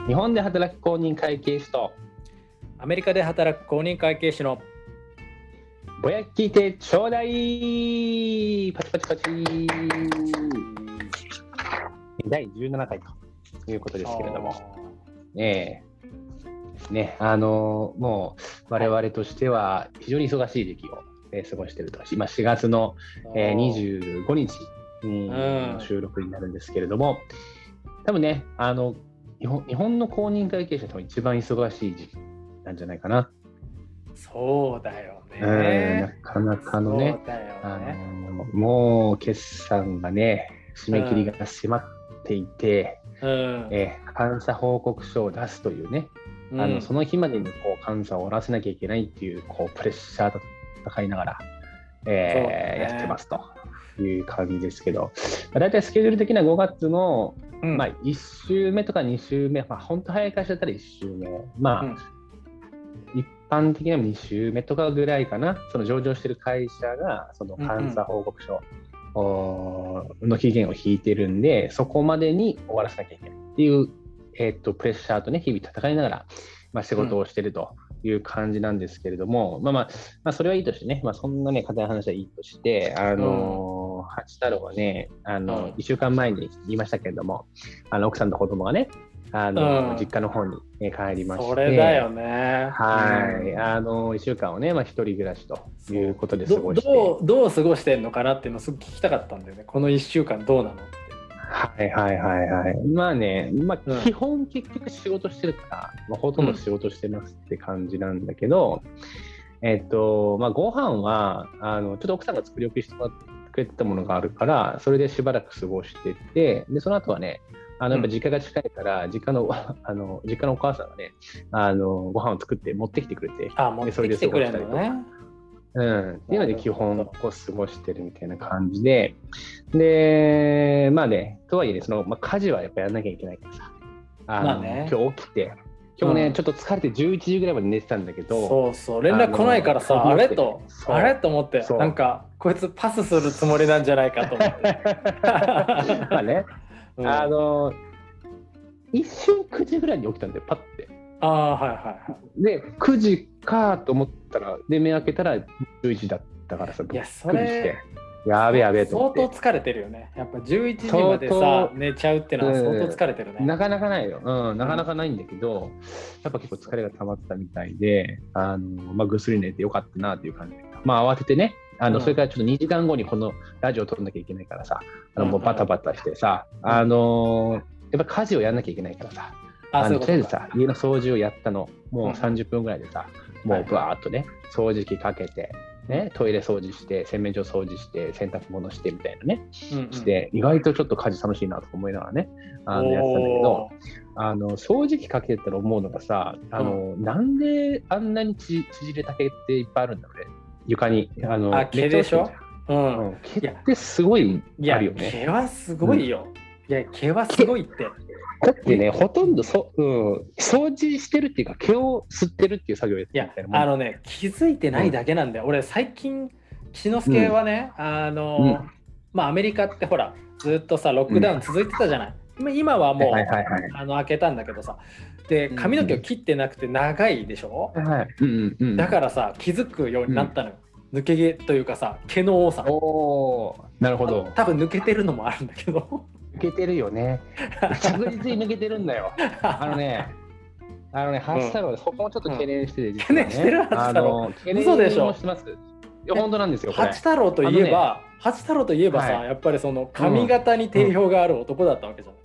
日本で働く公認会計士とアメリカで働く公認会計士のぼや聞いてちょうだいパチパチパチ第17回ということですけれども、もう我々としては非常に忙しい時期を過ごしていると。今4月の25日の収録になるんですけれども、多分ね、日本の公認会計士は多分一番忙しい時期なんじゃないかな。 そうだよね。 なかなかのね、もう決算がね、締め切りが迫っていて、監査報告書を出すというね、その日までに監査を終わらせなきゃいけないっていう、プレッシャーと戦いながら、やってますという感じですけど、だいたいスケジュール的な5月の、1週目とか2週目、本当早い会社だったら1週目、一般的には2週目とかぐらいかな、その上場している会社がその監査報告書の期限を引いてるんで、そこまでに終わらせなきゃいけないっていう、プレッシャーとね、日々戦いながら、仕事をしているという感じなんですけれども、それはいいとしてね、そんなね、硬い話はいいとして、八太郎はね、1週間前に言いましたけれども、奥さんと子供がね、実家の方に帰りまして、 それだよね。 1週間をね、一人暮らしということで過ごして、 どう過ごしてんのかなっていうのをすごく聞きたかったんだよね。この1週間どうなのって。 基本結局仕事してるから、ほとんど仕事してますって感じなんだけど、ご飯はちょっと奥さんが作り置きしてくれてたものがあるから、それでしばらく過ごしてて、でその後はね、やっぱ実家が近いから、実家のお母さんがね、ご飯を作って持ってきてくれて、 それで過ごしたりとか。 っていうので基本過ごしてるみたいな感じで、でとはいえね、家事はやっぱやらなきゃいけないからさ、今日起きて、今日ね、ちょっと疲れて11時ぐらいまで寝てたんだけど、 連絡来ないからさ、あれと思って、なんかこいつパスするつもりなんじゃないかと思って一瞬9時ぐらいに起きたんで、パッて。で、9時かと思ったら、で、目開けたら11時だったからさ、びっくりして、やべえと思って。 相当疲れてるよね。やっぱ11時までさ、寝ちゃうってのは相当疲れてるね。 なかなかないよ。なかなかないんだけど、やっぱ結構疲れが溜まったみたいで、ぐっすり寝てよかったなっていう感じで。慌ててね、それからちょっと2時間後にこのラジオを撮らなきゃいけないからさ、もうバタバタしてさ、やっぱ家事をやらなきゃいけないからさ、とりあえずさ、家の掃除をやったの、もう30分ぐらいでさ、もうぶわーっとね、掃除機かけて、ね、トイレ掃除して、洗面所掃除して、洗濯物してみたいなね、して、意外とちょっと家事楽しいなと思いながらね、やってたんだけど、掃除機かけたら思うのがさ、なんであんなに縮れ竹っていっぱいあるんだろうね、床に。 毛でしょ？ 毛ってすごいあるよね。 毛はすごいよ。毛はすごいって。 だってね、ほとんど掃除してるっていうか、毛を吸ってるっていう作業やってるみたいなもん。 気づいてないだけなんだよ。俺、最近、志の輔はね、アメリカってほら、ずっとさ、ロックダウン続いてたじゃない。今はもう、開けたんだけどさ。で、髪の毛を切ってなくて長いでしょ？だからさ、気づくようになったのよ。抜け毛というかさ、毛の多さ。 なるほど。 多分抜けてるのもあるんだけど。 抜けてるよね。着実に抜けてるんだよ。ハチ太郎、そこもちょっと懸念してて、 懸念してる？ハチ太郎。嘘でしょ？ してます。いや、本当なんですよ。 ハチ太郎といえば、さ、やっぱりその髪型に定評がある男だったわけじ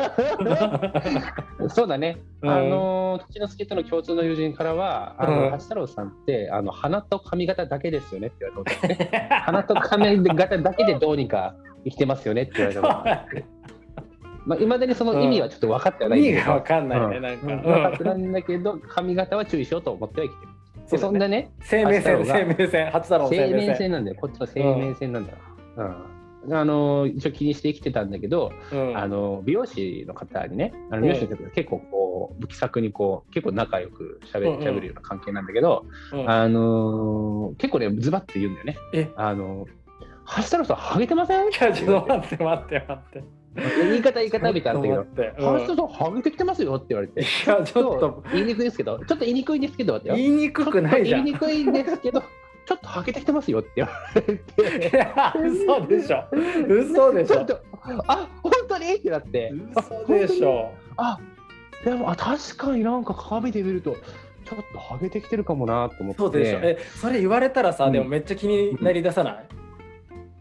ゃん。そうだね。吉之助との共通の友人からは、ハチ太郎さんって鼻と髪型だけですよねって言われたんですね。鼻と髪型だけでどうにか生きてますよねって言われたの。いまだにその意味はちょっと分かってはないんだけど。 意味が分かんないね、なんか。 分かってないんだけど、髪型は注意しようと思っては生きてる。でそんなね、 生命線、ハチ太郎生命線なんだよ。こっちの生命線なんだよ。一応気にして生きてたんだけど、美容師の方にね、美容師の方が結構気さくに結構仲良くしゃべるような関係なんだけど、結構ねズバッて言うんだよね。ハチ太郎さんハゲてません？ いや、ちょっと待って。 言い方みたいなったけど、ハーストさんハゲてきてますよって言われて、 いやちょっと言いにくいですけど、 言いにくくないじゃん。 言いにくいんですけど、ちょっとハゲてきてますよって言われて、 いや嘘でしょ。 ちょっと本当にってなって、 嘘でしょ。 でも確かになんか鏡で見るとちょっとハゲてきてるかもなと思って。 そうでしょ。それ言われたらさ、でもめっちゃ気になりださない？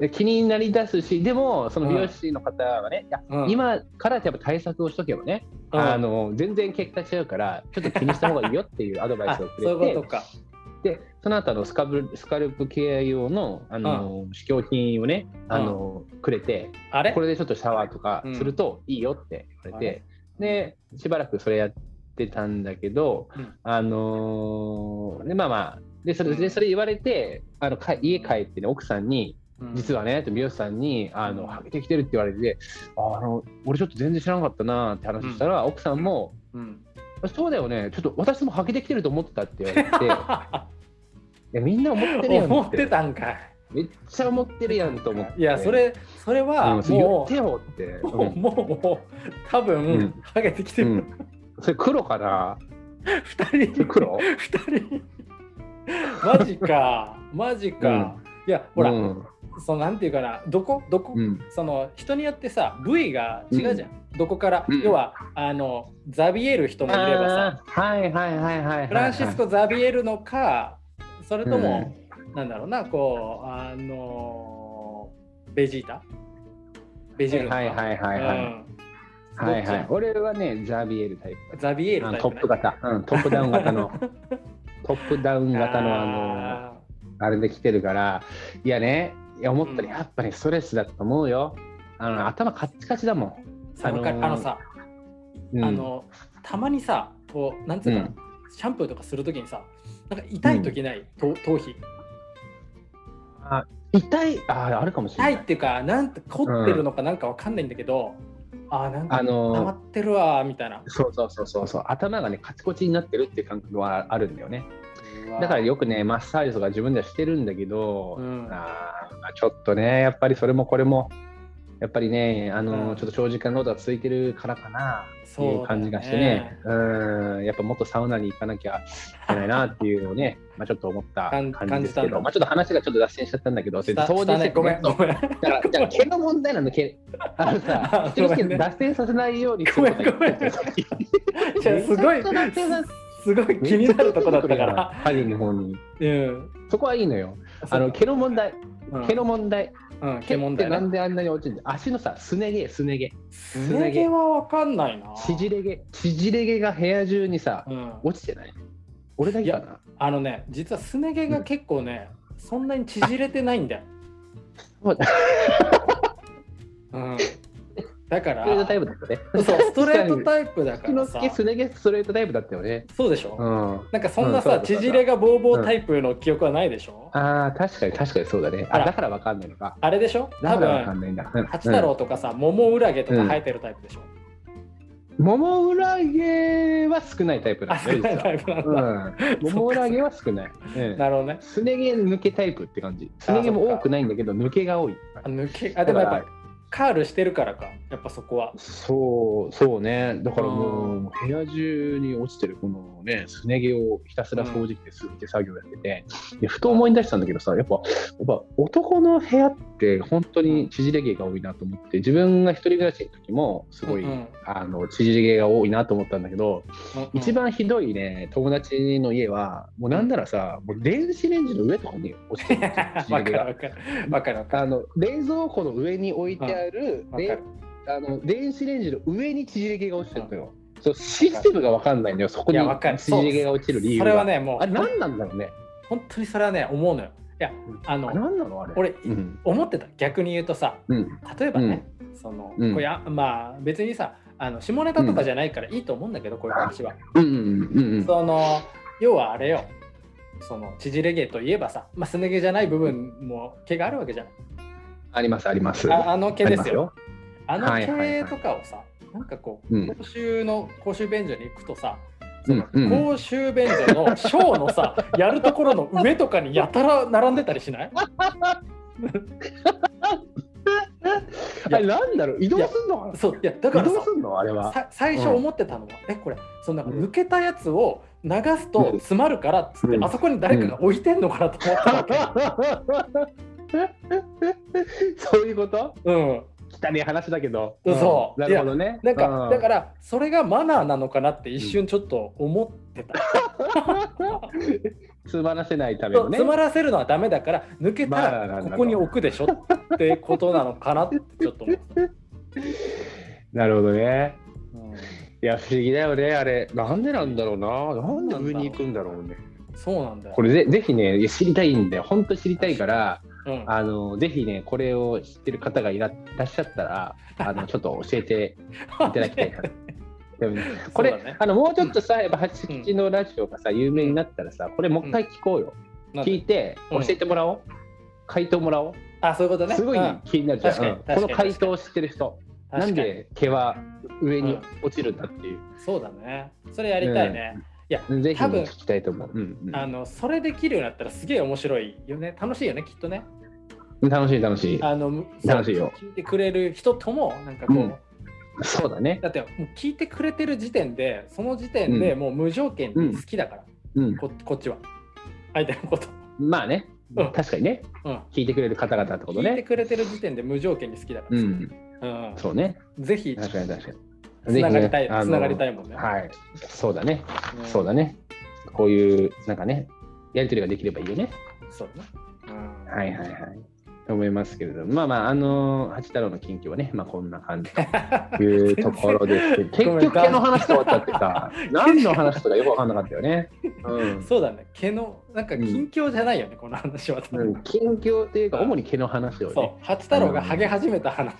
気になりだすし、でもその美容師の方はね、今からやっぱ対策をしとけばね、全然結果違うからちょっと気にした方がいいよっていうアドバイスをくれてそういうことか。 でその後スカルプケア用の試供品をねくれて、これでちょっとシャワーとかするといいよって言われて、でしばらくそれやってたんだけど、でそれ言われて家帰ってね、奥さんに実はね美容師さんにハゲてきてるって言われて、俺ちょっと全然知らなかったなって話したら、奥さんも、そうだよね、ちょっと私もハゲてきてると思ってたって言われていやみんな思ってるやんって。 思ってたんかい。 めっちゃ思ってるやんと思って。 いやそれはもう言ってよって。 もう多分ハゲてきてる。 それ黒かな。 2人。 黒。 2人。マジか。いやほら、なんていうかな、どこ、その人によってさ部位が違うじゃん。どこから、要はザビエル人もいればさ、フランシスコザビエルのか、それとも、なんだろうな、こうベジルのか。 俺はねザビエルタイプ。 ザビエルタイプ、 トップ型、トップダウン型のあれで来てるから、いや思ったらやっぱりストレスだと思うよ。頭カッチカチだもん。 たまにさ、こうなんつうか、シャンプーとかするときにさ、なんか痛いときない？頭皮。 痛い、あるかもしれない。 痛いっていうか、なんて凝ってるのかなんかわかんないんだけど、なんか溜まってるわみたいな。 そう頭がねカチコチになってるっていう感覚はあるんだよね。だからよくねマッサージとか自分ではしてるんだけど、ちょっとねやっぱりそれもこれもやっぱりねちょっと長時間労働が続いてるからかなっていう感じがしてね、やっぱもっとサウナに行かなきゃいけないなっていうのをねちょっと思った感じですけど、ちょっと話がちょっと脱線しちゃったんだけど、 ごめん。 じゃあ毛の問題なんだ。毛さ脱線させないように。 ごめん。じゃあすごい気になるとこだったからハリーの方に、そこはいいのよ。毛の問題、毛ってなんであんなに落ちるんだ。足のさすね毛は分かんないな。 縮れ毛が部屋中にさ、落ちてない？俺だけかな。 実はすね毛が結構ね、そんなに縮れてないんだよ。だからストレートタイプだったね。 そう、ストレートタイプだからさ。 すね毛ストレートタイプだったよね。 そうでしょ。なんかそんなさ、縮れがボーボータイプの記憶はないでしょ。 確かにそうだね。だからわかんないのか。 あれでしょ。多分八太郎とかさ、桃裏毛とか生えてるタイプでしょ。 桃裏毛は少ないタイプなんだよ。桃裏毛は少ない。 なるほどね。 すね毛抜けタイプって感じ。すね毛も多くないんだけど抜けが多い。 でもやっぱりカールしてるからか、やっぱそこは。 そうね。だからもう部屋中に落ちてるこのねすね毛をひたすら掃除機で吸って作業やってて、ふと思い出したんだけどさ、やっぱ男の部屋って本当に縮れ毛が多いなと思って、自分が一人暮らしの時もすごい縮れ毛が多いなと思ったんだけど、一番ひどいね友達の家はもうなんならさ、もう電子レンジの上とかに落ちてる縮れ毛が。 わかる。 冷蔵庫の上に置いてある電子レンジの上に縮れ毛が落ちてるのよ。システムが分かんないんだよ。そこに縮れ毛が落ちる理由が。 それはね、もうあれ何なんだろうね。 本当にそれはね思うのよ。いや何なのあれ。 俺、思ってた。逆に言うとさ、例えばね、まあ別にさ下ネタとかじゃないからいいと思うんだけど、こういう話は。要はあれよ。縮れ毛といえばさ、すね毛じゃない部分も毛があるわけじゃない。 あります。 毛ですよ。毛とかをさ、なんかこう、公衆便所に行くとさ、公衆便所のショーのさ、やるところの上とかにやたら並んでたりしない？ あれなんだろう、移動すんのかな。 そう、いやだからさ、 移動すんのあれは。 最初思ってたのは、これそんな抜けたやつを流すと詰まるからっつって、あそこに誰かが置いてんのかなと思ったわけ。 そういうこと？ うん。 汚い話だけど。 そう。 なるほどね。 なんかだからそれがマナーなのかなって一瞬ちょっと思ってた。 詰まらせないためのね。 詰まらせるのはダメだから抜けたらここに置くでしょってことなのかなってちょっと思ってた。 なるほどね。いや不思議だよねあれ。なんでなんだろうな。なんで上に行くんだろうね。 そうなんだよ。 これぜひね知りたいんで本当知りたいから。ぜひねこれを知ってる方がいらっしゃったらちょっと教えていただきたいな。でもね、これ、ね、もうちょっとさやっぱ八吉のラジオがさ有名になったらさこれもう一回聞こうよ。聞いて教えてもらおう。回答もらおう。 あ、そういうことね。 すごい気になるじゃん。この回答を知ってる人なんで毛は上に落ちるんだっていう。 そうだね。それやりたいね。いやぜひ聞きたいと思う。 それできるようになったらすげえ面白いよね。楽しいよねきっとね。 楽しい楽しい。楽しいよ。 聞いてくれる人ともなんかこう、 そうだね。 だってもう聞いてくれてる時点でその時点でもう無条件に好きだから、こっちは相手のこと。 まあね、確かにね、聞いてくれる方々ってことね。 聞いてくれてる時点で無条件に好きだから。 そうね。 ぜひ確かに確かに。 つながりたい、つながりたいもんね。 はい。そうだね。そうだね。こういうなんかねやり取りができればいいよね。 そうね。 はいはいはい。と思いますけれども、八太郎の近況はね、こんな感じというところですけど、結局毛の話と終わっちゃってさ、何の話とかよく分かんなかったよね。 そうだね、毛のなんか近況じゃないよね、この話は。 近況っていうか、主に毛の話をね。 そう、八太郎がハゲ始めた話。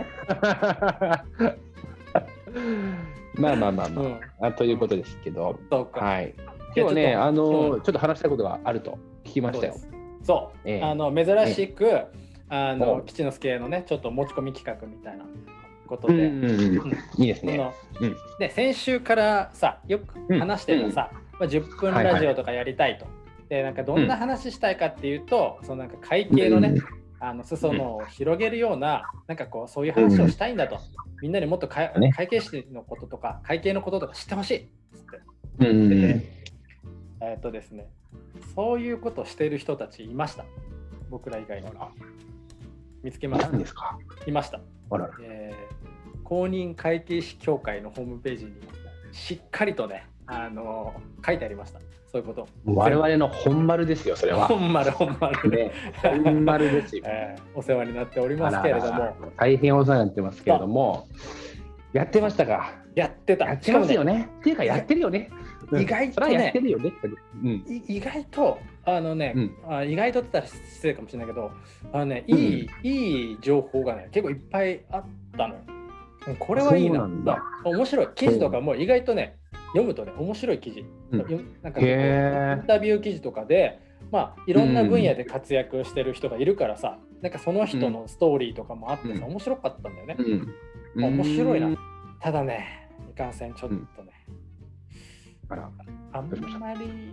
ということですけど、はい。今日ね、ちょっと話したいことがあると聞きましたよ。 そう、珍しく吉之助のねちょっと持ち込み企画みたいなことで、 いいですね。 で先週からさよく話してたさ、10分ラジオとかやりたいと。でなんかどんな話したいかっていうと、そのなんか会計のね裾野を広げるようななんかこうそういう話をしたいんだと。みんなにもっと会計士のこととか会計のこととか知ってほしいっつって。ですね。そういうことをしている人たちいました。僕ら以外に見つけました。 何ですか？ いました。公認会計士協会のホームページにしっかりとね、書いてありました。そういうこと。 我々の本丸ですよ、それは。 本丸ね。本丸ですよ。 お世話になっておりますけれども。 大変お世話になってますけれども。やってましたか？ やってた。 やってますよね。っていうかやってるよね。 意外とね、意外と意外とって言ったら失礼かもしれないけど、いい情報がね結構いっぱいあったのよ。これはいいな。面白い記事とかも意外とね読むとね面白い記事、なんかインタビュー記事とかで、いろんな分野で活躍してる人がいるからさ、なんかその人のストーリーとかもあってさ、面白かったんだよね。面白いな。ただね、いかんせんちょっとね。あんまり、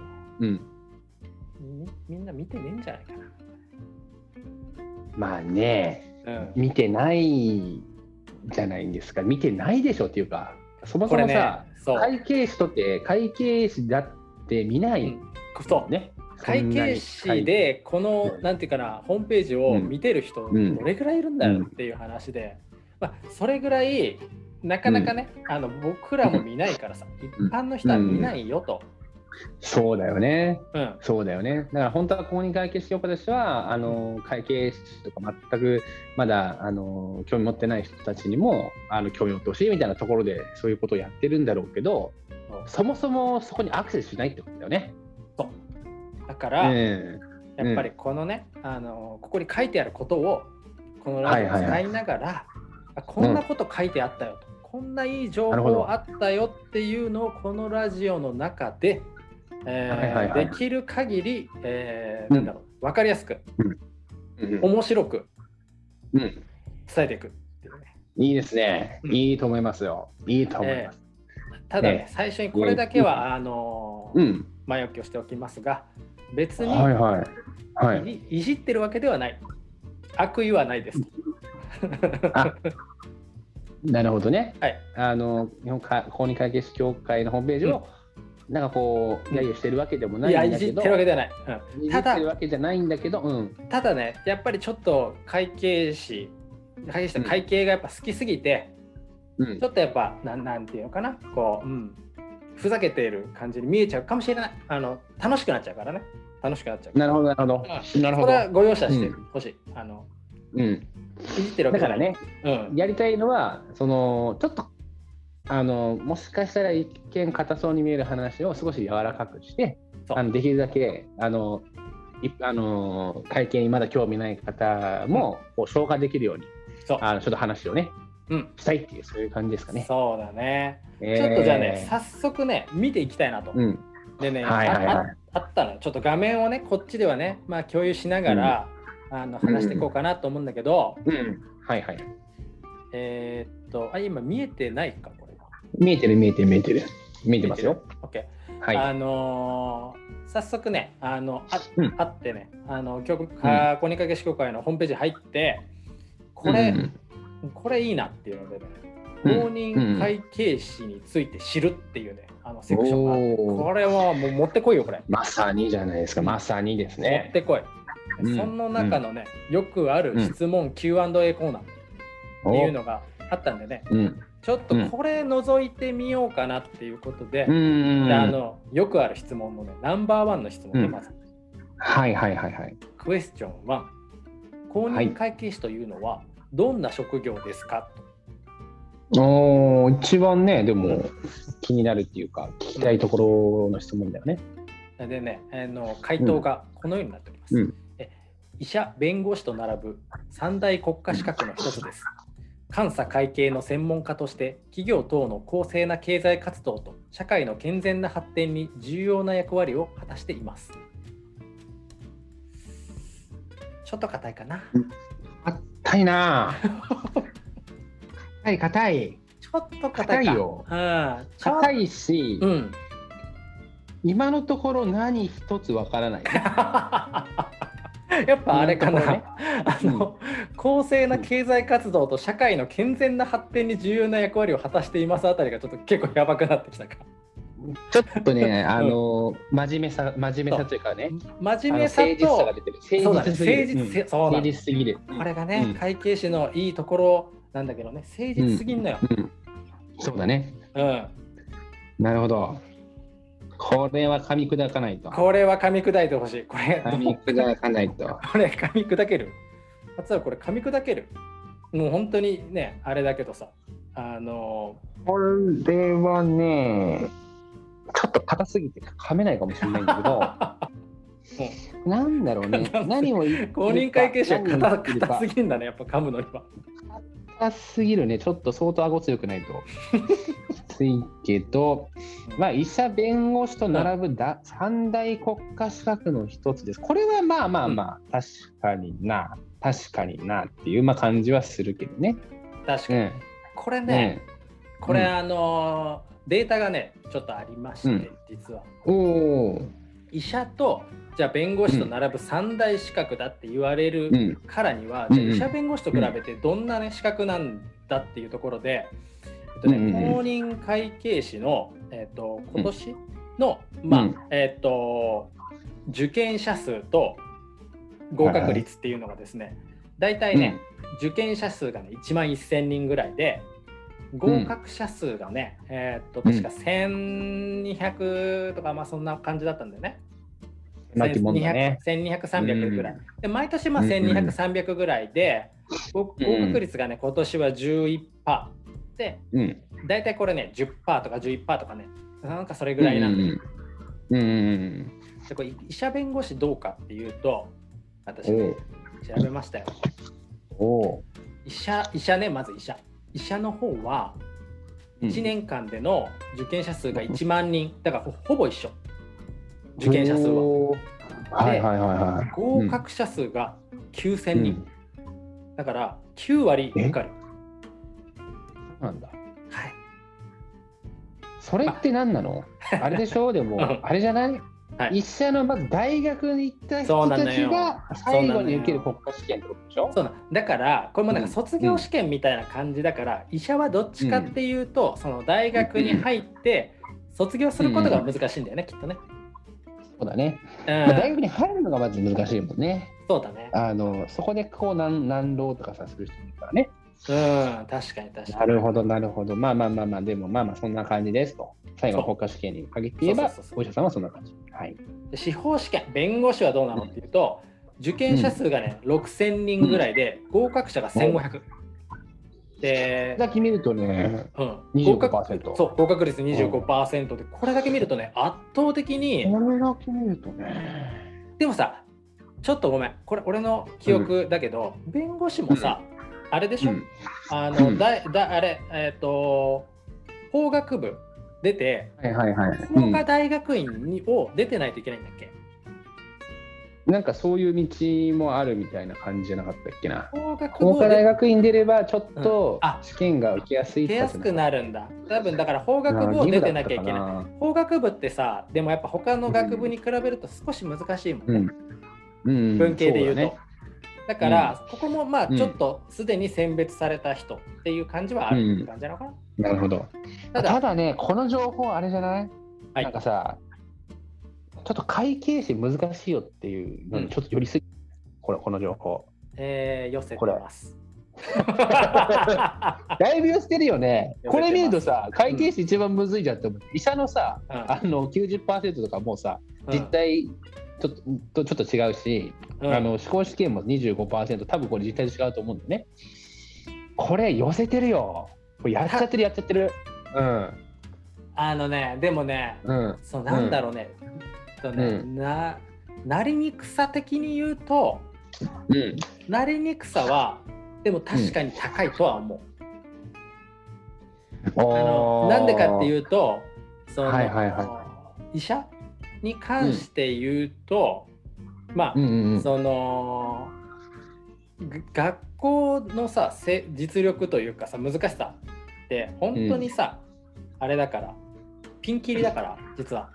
みんな見てねえんじゃないかな。 まあね、見てないじゃないですか。見てないでしょっていうか、そもそもさ、会計士とって会計士だって見ないそうね。会計士でこのなんていうかなホームページを見てる人どれぐらいいるんだよっていう話で、それぐらいなかなかね、僕らも見ないからさ、一般の人は見ないよと。 そうだよね。そうだよね。だから本当は公認会計士協会としては会計士とか全くまだ興味持ってない人たちにも興味持ってほしいみたいなところでそういうことをやってるんだろうけど、そもそもそこにアクセスしないってことだよね。 そうだから、やっぱりこのね、ここに書いてあることをこのラジオを使いながら、こんなこと書いてあったよと、こんないい情報あったよっていうのをこのラジオの中でできる限りなんだろう、分かりやすく、面白く伝えていくっていうね。 いいですね。いいと思いますよ。いいと思います。 ただね、最初にこれだけは前置きをしておきますが、別にいじってるわけではない。悪意はないです。 あ、なるほどね。 はい、 日本公認会計士協会のホームページを、なんかこう、揶揄してるわけでもないんだけど、 いや、いじってるわけじゃない。 いじってるわけじゃないんだけど、 ただね、やっぱりちょっと会計士の会計がやっぱ好きすぎて、ちょっとやっぱなんていうのかな、こう、ふざけている感じに見えちゃうかもしれない。楽しくなっちゃうからね。楽しくなっちゃう。 なるほど、なるほど。なるほど。 それはご容赦してほしい。いじってるわけだからね、やりたいのは、ちょっと、もしかしたら一見硬そうに見える話を少し柔らかくして、できるだけ、会計にまだ興味ない方も、こう消化できるように、ちょっと話をね、したいっていう、そういう感じですかね。 そうだね。ちょっとじゃあね、早速ね、見ていきたいなと。でね、あったの。ちょっと画面をね、こっちではね、共有しながら、話していこうかなと思うんだけど、 はいはい。 今見えてないか、これ。 見えてる。見えてますよ。 OK。はい。早速ね、あってね、公認会計士協会のホームページ入って、これいいなっていうのでね、公認会計士について知るっていうね、セクションがあって、これはもう持ってこいよ、これ。 まさにじゃないですか、まさにですね。 持ってこい。その中のね、よくある質問 Q&A コーナーっていうのがあったんでね、ちょっとこれ覗いてみようかなっていうことで、よくある質問のね、ナンバーワンの質問でまず。クエスチョン1。公認会計士というのはどんな職業ですかと。一番ね、でも気になるっていうか、聞きたいところの質問だよね。 でね、回答がこのようになっております。医者、弁護士と並ぶ三大国家資格の一つです。監査会計の専門家として企業等の公正な経済活動と社会の健全な発展に重要な役割を果たしています。ちょっと硬いかな。 硬いな。硬い。 ちょっと硬いよ。硬いし、今のところ何一つわからない。 やっぱあれかな、公正な経済活動と社会の健全な発展に重要な役割を果たしていますあたりがちょっと結構やばくなってきたか。 ちょっとね、真面目さというかね、 真面目さと誠実さが出てる。誠実すぎる。 これがね、会計士のいいところなんだけどね、誠実すぎんのよ。 そうだね。なるほど。これは噛み砕かないと。 これは噛み砕いてほしい。これ噛み砕かないと。 これ噛み砕ける。初はこれ噛み砕ける。もう本当にね、あれだけどさ、 これはね、ちょっと硬すぎて噛めないかもしれないんだけど、なんだろうね、何を言ってるか。 公認会計士は硬すぎるんだね、やっぱ噛むのには。 硬すぎるね、ちょっと相当顎強くないと。きついけど、医者、弁護士と並ぶ三大国家資格の一つです。これは確かになっていう感じはするけどね。 確かに。これね、データがね、ちょっとありまして、実は。医者とじゃあ弁護士と並ぶ三大資格だって言われるからには、じゃあ医者弁護士と比べてどんな、資格なんだっていうところで、公認会計士の、今年の、受験者数と合格率っていうのがですね、大体ね、受験者数がね1万1000人ぐらいで、合格者数がね、確か1200とか、そんな感じだったんだよね。1200、300ぐらい。で毎年1200、300ぐらいで、合格率がね、今年は11%。で、大体これね、10%とか11%とかね、なんかそれぐらいなんで。でこれ医者弁護士どうかっていうと、私ね、調べましたよ。医者ね、まず医者の方は1年間での受験者数が1万人、だからほぼ一緒、受験者数は。合格者数が9000人、だから9割受かる。 なんだ。 はい。 それって何なの？あれでしょ？でも、あれじゃない？ はい、医者のまず大学に行った人たちが最後に受ける国家試験ってことでしょ。 そうなんだから、これもなんか卒業試験みたいな感じだから、医者はどっちかっていうと、その大学に入って卒業することが難しいんだよね、きっとね。 そうだね。大学に入るのがまず難しいもんね。 そうだね。 そこでこう難浪とかさする人もいるからね。 確かに。 なるほど。まあ、でもそんな感じですと。最後の国家試験に限って言えば、お医者さんはそんな感じ。はい。 で司法試験、弁護士はどうなのっていうと、受験者数がね、6000人ぐらいで、合格者が1500。で、 だけ見るとね、25%。 そう、合格率 25% で、これだけ見るとね、圧倒的に。 これだけ見るとね。 でもさ、ちょっとごめん、これ俺の記憶だけど、弁護士もさ、あれでしょ、あれ、法学部出て、法科大学院を出てないといけないんだっけ？ なんかそういう道もあるみたいな感じじゃなかったっけな。法科大学院出ればちょっと試験が受けやすい、 受けやすくなるんだ。多分だから法学部を出てなきゃいけない。法学部ってさ、でもやっぱ他の学部に比べると少し難しいもんね。文系で言うと。だから、ここもまあちょっとすでに選別された人っていう感じはある感じなのかな。 なるほど。ただね、この情報あれじゃない？なんかさ、ちょっと会計士難しいよっていうのにちょっと寄りすぎ、この情報。 寄せてます。 だいぶ寄せてるよね。これ見るとさ、会計士一番むずいじゃんって思う。医者のさ、90% とかもうさ、実態ちょっと違うし、司法試験も 25%、多分これ実態と違うと思うんだよね。これ寄せてるよ。これやっちゃってる。 でもね、そうなんだろうね。なりにくさ的に言うと、なりにくさはでも確かに高いとは思う。なんでかっていうと、その、医者に関して言うと、その学校のさ実力というかさ難しさって本当にさ、あれだからピンキリだから実は。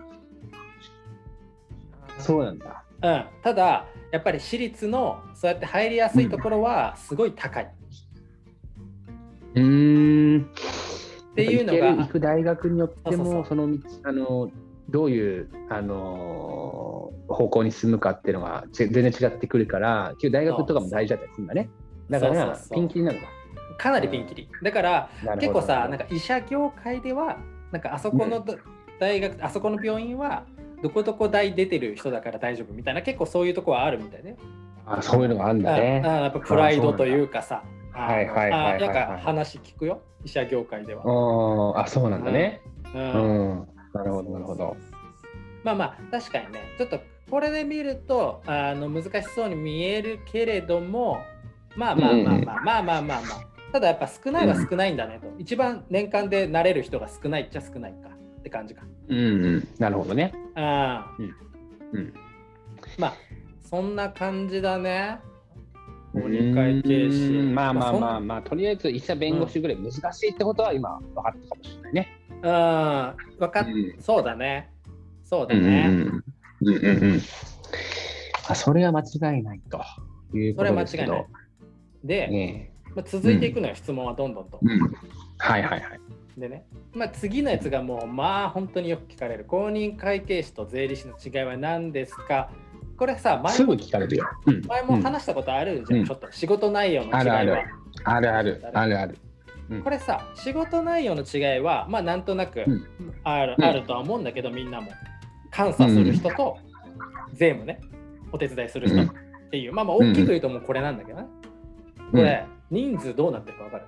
そうなんだ。 ただやっぱり私立のそうやって入りやすいところはすごい高い。 っていうのが行く大学によってもその道どういう方向に進むかっていうのが全然違ってくるから、大学とかも大事だったりするんだね。だからピンキリなのか。 かなりピンキリ。だから結構さ、なんか医者業界ではなんかあそこの大学、あそこの病院はどこどこ大出てる人だから大丈夫みたいな、結構そういうとこはあるみたいね。 そういうのがあるんだね。 やっぱプライドというかさ、なんか話聞くよ、医者業界では。 そうなんだね。なるほど。 確かにね、ちょっとこれで見ると難しそうに見えるけれども、ただやっぱ少ないは少ないんだねと。一番年間でなれる人が少ないっちゃ少ないかって感じか。 なるほどね。 そんな感じだね。公認会計士。 とりあえず医者弁護士ぐらい難しいってことは今分かったかもしれないね。 そうだね。それは間違いないということですけど。 それは間違いない。で、続いていくのよ、質問はどんどんと。でね、次のやつがもう本当によく聞かれる。公認会計士と税理士の違いは何ですか？これさ、 すぐ聞かれるよ。 前も話したことあるじゃん、ちょっと仕事内容の違いは。 ある。 これさ、仕事内容の違いはなんとなくあるとは思うんだけど、みんなも監査する人と税務ね、お手伝いする人っていう、大きく言うともうこれなんだけどね。これ人数どうなってるか分かる？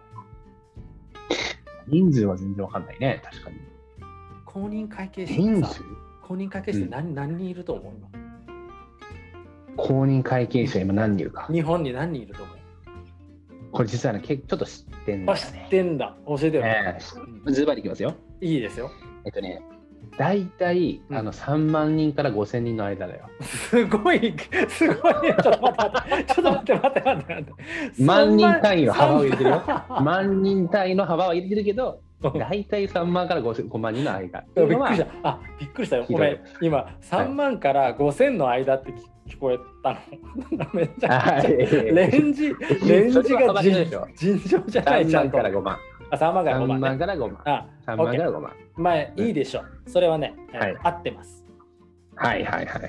人数は全然分かんないね。確かに。 公認会計士って何人いると思う？今公認会計士は今何人いるか。 日本に何人いると思う？ これ実はね、ちょっと知ってんだ、ね。 知ってんだ。教えてよ。 ズバリいきますよ。 いいですよ。 大体3万人から5000人の間だよ。 すごい。ちょっと待って。 万人単位の幅を入れてるよ。万人単位の幅は入れてるけど、 大体3万から 5万人の間。 びっくりした。びっくりしたよ。ごめん、今3万から5000の間って聞こえたの。めっちゃレンジが尋常じゃない。 3万から5万。 3万から5万。 3万から5万。3万から5万。 まあいいでしょう。それはね、合ってます。 はい。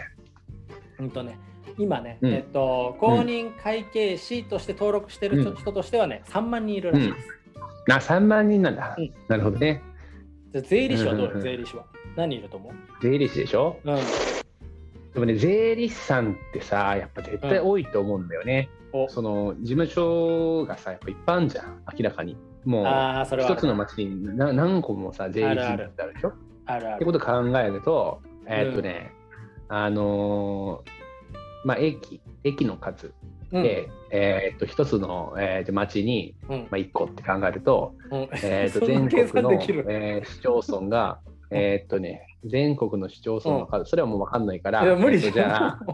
今ね、公認会計士として登録している人としてはね、3万人いるらしいです。 3万人なんだ。なるほどね。 税理士はどうよ、税理士は。何いると思う？ 税理士でしょ？でもね、税理士さんってさ、やっぱ絶対多いと思うんだよね。その事務所がさ、やっぱいっぱいあるじゃん、明らかに。もう一つの町に何個もさ、税理士ってあるでしょ？ってことを考えると、まあ駅の数で、一つの、町に、1個って考えると、全国の、市町村が全国の市町村の数、それはもう分かんないから、 無理じゃん。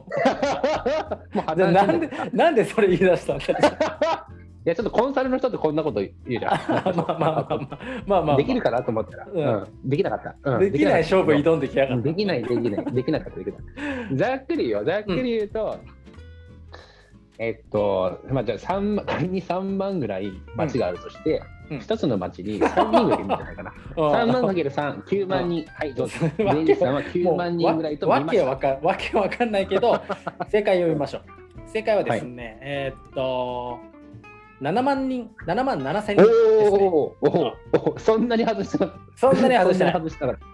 なんでそれ言い出したんだよ。 いや、ちょっとコンサルの人ってこんなこと言うじゃん。まあできるかなと思ったら、できなかった。 できない勝負挑んできやがった。 できなかった。ざっくり言うと、まあじゃあ仮に3万ぐらい町があるとして、一つの町に3人ぐらいいるんじゃないかな。3万かける3、9万人。はい、どうぞ。税理士さんは9万人ぐらいと見ました。 わけわかんないけど、正解を読みましょう。正解はですね、7万人、7万7千人ですね。 そんなに外してなかった。 そんなに外してない。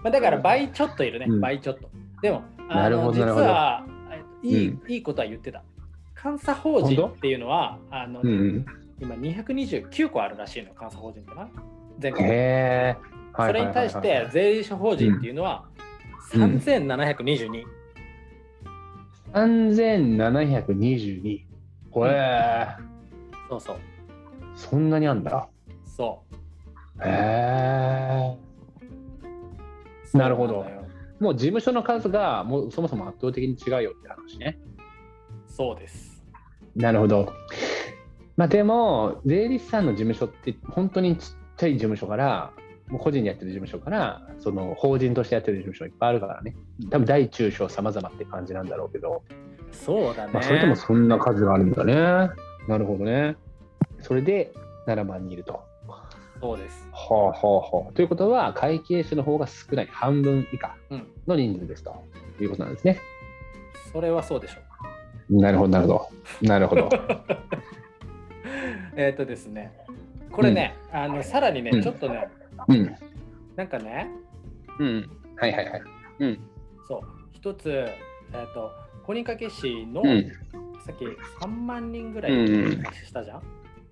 だから倍ちょっといるね、倍ちょっと。でも、実はいいことは言ってた。監査法人っていうのは、今229個あるらしいの、監査法人ってな。全国。それに対して税理士法人っていうのは3722。 3722。 そうそう。 そんなにあんだ。 そう。 なるほど。もう事務所の数がもうそもそも圧倒的に違うよって話ね。 そうです。 なるほど。まあでも税理士さんの事務所って本当にちっちゃい事務所からもう個人でやってる事務所からその法人としてやってる事務所いっぱいあるからね。多分大中小様々って感じなんだろうけど。 そうだね。 まあ、それでもそんな数があるんだね。なるほどね。それで7万人いると。 そうです。 ということは会計士の方が少ない半分以下の人数ですということなんですね。 それはそうでしょう。 なるほど。 ですね、これね、さらにね、ちょっとね、なんかね、そう、一つ、公認会計士の、さっき3万人ぐらい話したじゃん。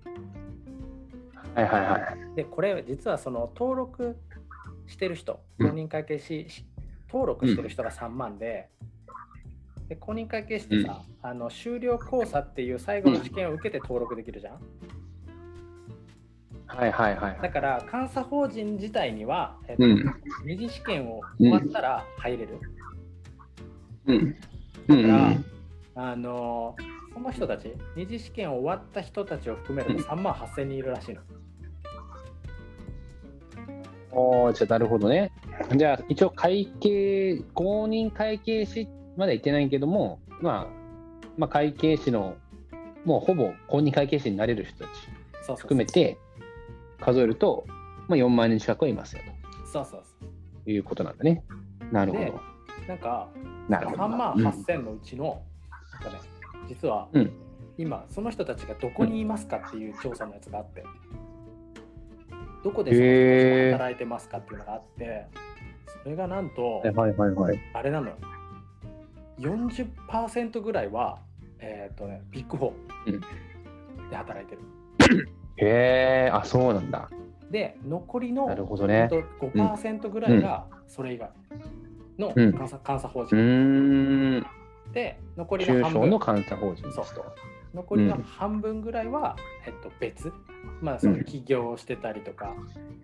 で、これ実はその登録してる人、公認会計士登録してる人が3万で、公認会計士ってさ、修了考査っていう最後の試験を受けて登録できるじゃん。だから監査法人自体には、二次試験を終わったら入れる。だからその人たち、二次試験を終わった人たちを含めると3万8000人いるらしいの。 じゃあなるほどね。じゃあ一応公認会計士までは言ってないけども、まあ会計士のもうほぼ公認会計士になれる人たち含めて数えると、4万人近くはいますよということなんだね。なるほど。 なんか3万8000のうちの、なんかね、実は、今その人たちがどこにいますかっていう調査のやつがあって、どこでその人たちが働いてますかっていうのがあって、それがなんと、あれなのよ。40% ぐらいは、ビッグ4で働いてる。 そうなんだ。 で、残りの 5% ぐらいがそれ以外の監査法人。で、残りの半分。 中小の監査法人ですと。 残りの半分ぐらいは、別。その起業してたりとか、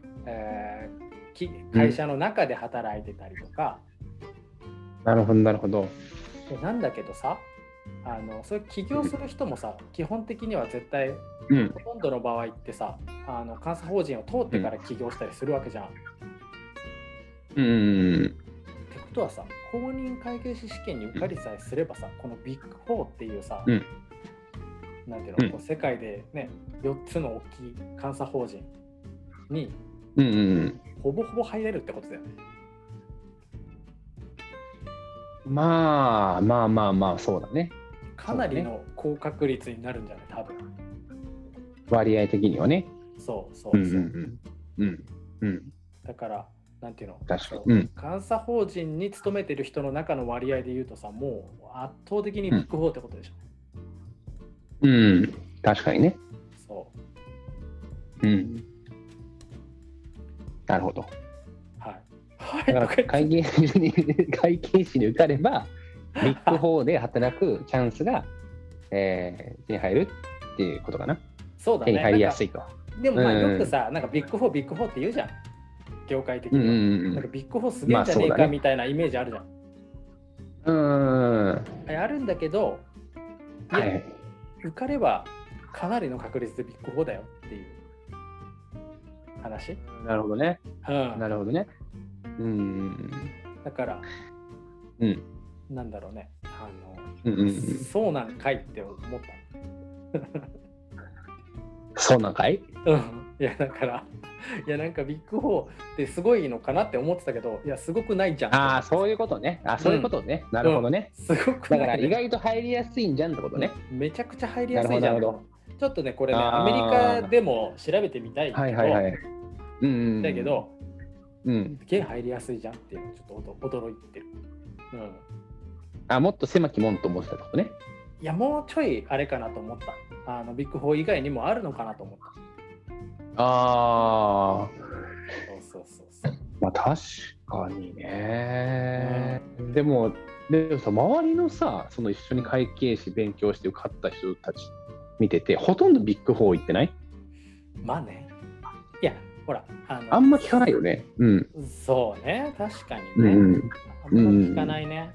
会社の中で働いてたりとか。 なるほど。 なんだけどさ、 そういう起業する人もさ、基本的には絶対、ほとんどの場合ってさ、監査法人を通ってから起業したりするわけじゃん。ってことはさ、公認会計士試験に受かりさえすればさ、このビッグ4っていうさ、なんていうの、こう世界でね、4つの大きい監査法人に、ほぼほぼ入れるってことだよね。 まあ、そうだね。 かなりの高確率になるんじゃない、多分。 割合的にはね。 そう。だから、なんていうの、 確かに。 監査法人に勤めてる人の中の割合で言うとさ、もう圧倒的にビッグ4ってことでしょ。 確かにね。 そう。 なるほど。 はい。 だから会計士に受かれば、ビッグ4で働くチャンスが、手に入るっていうことかな。 そうだね。 手に入りやすいと。 でもよくさ、なんかビッグ4って言うじゃん。業界的には。なんかビッグ4すげえんじゃねえかみたいなイメージあるじゃん。あるんだけど、受かればかなりの確率でビッグ4だよっていう話。 なるほどね。なるほどね。 だから、なんだろうね。そうなんかいって思った。 そうなんかい？ いやだからなんかビッグ4ってすごいのかなって思ってたけど、いやすごくないじゃん。 そういうことね。そういうことね。なるほどね。 すごくだから意外と入りやすいんじゃんってことね。 めちゃくちゃ入りやすいじゃん。ちょっとねこれねアメリカでも調べてみたいけど、だけど、すげえ入りやすいじゃんっていうのちょっと驚いてる。 もっと狭きもんと思ってたとこね。 いやもうちょいあれかなと思った。ビッグ4以外にもあるのかなと思った。そう。 まあ確かにね。でもさ、周りのさ、その一緒に会計士勉強して受かった人たち見てて、ほとんどビッグ4行ってない？ まあね。いや、ほら、 あんま聞かないよね。 そうね、確かにね。あんま聞かないね。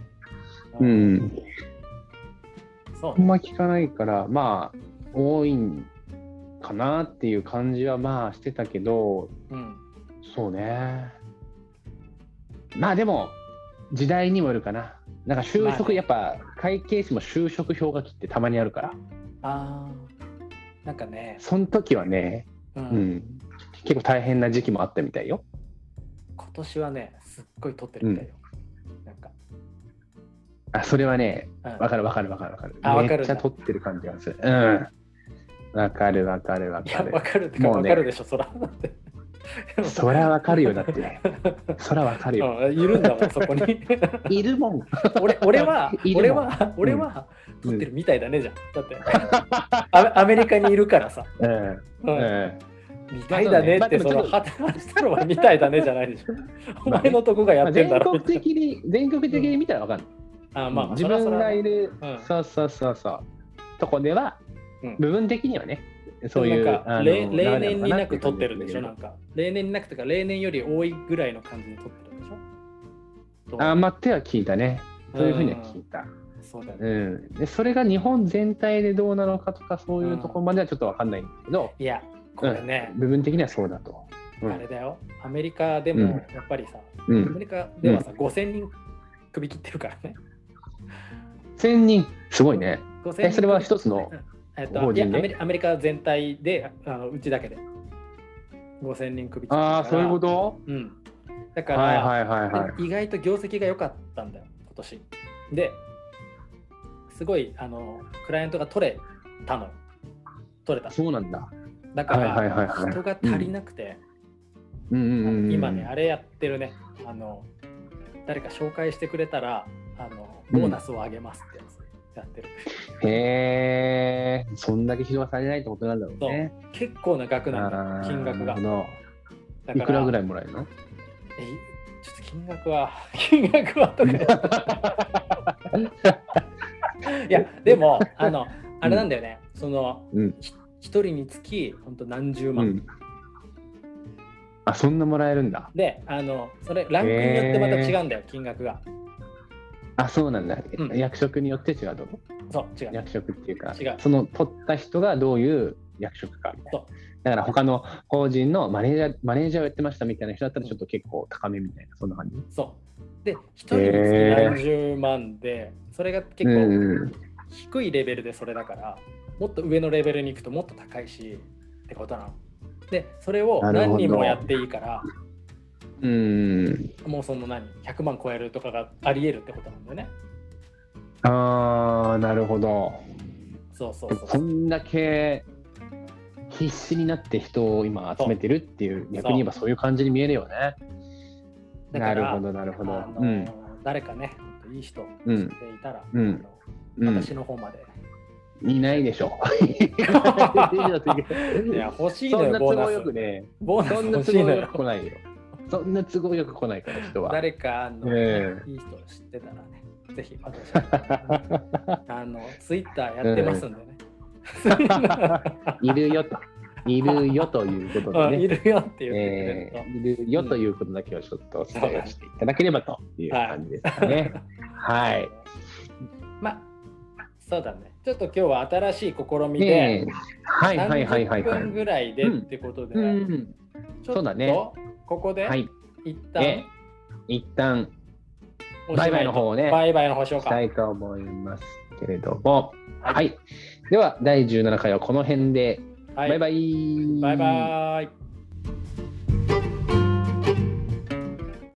あんま聞かないから、まあ、多いんかなっていう感じはまあしてたけど、そうね。まあでも、時代にもよるかな。なんか就職、やっぱ会計士も就職氷河期ってたまにあるから。 なんかね。 その時はね、結構大変な時期もあったみたいよ。 今年はね、すっごい取ってるみたいよ。なんか。 それはね、わかる。めっちゃ取ってる感じがする。わかる。 いや、わかるってか、わかるでしょ、そら。 そらわかるよ、だって。そらわかるよ。 いるんだもん、そこに。 いるもん。 俺は取ってるみたいだね、じゃん。だって、アメリカにいるからさ。みたいだねって、その働したのはみたいだねじゃないでしょ。お前のとこがやってんだろ。 全国的に見たらわかる。自分がいる、そうとこでは、部分的にはね、そういう例年になく取ってるでしょ。なんか例年になくとか例年より多いぐらいの感じで取ってるでしょ。 手は聞いたね。そういうふうには聞いた。 そうだね。 でそれが日本全体でどうなのかとかそういうところまではちょっと分かんないんだけど、 いやこれね、 部分的にはそうだと。 あれだよ。アメリカでもやっぱりさ、アメリカではさ5000人首切ってるからね。 1000人すごいね。それは一つの法人で。 アメリカ全体でうちだけで5000人首切ってるから。 そういうこと？ だから、意外と業績が良かったんだよ今年。ですごいクライアントが取れた。 そうなんだ。 だから人が足りなくて、今ねあれやってるね。誰か紹介してくれたらボーナスを上げますってやつやってる。 へえ、そんだけ指導されないってことなんだろうね。 結構な額なんだ、金額が。 いくらぐらいもらえるの？ ちょっと金額はとか。いやでもあれなんだよね。その一人につき本当何十万。 そんなもらえるんだ。 でそれランクによってまた違うんだよ、金額が。 あ、そうなんだ。役職によって違うと。 そう、違う。 役職っていうか、 違う。 その取った人がどういう役職かみたいな。そう。だから他の法人のマネージャーをやってましたみたいな人だったらちょっと結構高めみたいな、そんな感じ。 そう。で、1人につき何十万で、それが結構低いレベルでそれだから、もっと上のレベルに行くともっと高いしってことなの。で、それを何人もやっていいから、もうその100万超えるとかがあり得るってことなんだよね。 ああ、なるほど。 そうそうそう。 そんだけ必死になって人を今集めてるっていう、逆に言えばそういう感じに見えるよね。なるほど、なるほど。 誰かね、いい人知っていたら、私の方まで。 いないでしょ。 いや、欲しいのよ、 ボーナス。そんな都合よくね。 ボーナス欲しいのよ。 来ないよ。そんな都合よく来ないから、人は。 誰かいい人知ってたらね、ぜひ私ツイッターやってますんでね。 いるよと。いるよということでね。 いるよっていう、 いるよということだけをちょっとお伝えしていただければという感じですかね。はい。 まあ、そうだね。ちょっと今日は新しい試みで、30分ぐらいでってことで、 そうだね。 ここで一旦バイバイの方をね、したいと思いますけれども、はい。では第17回はこの辺で。バイバイ。 バイバイ。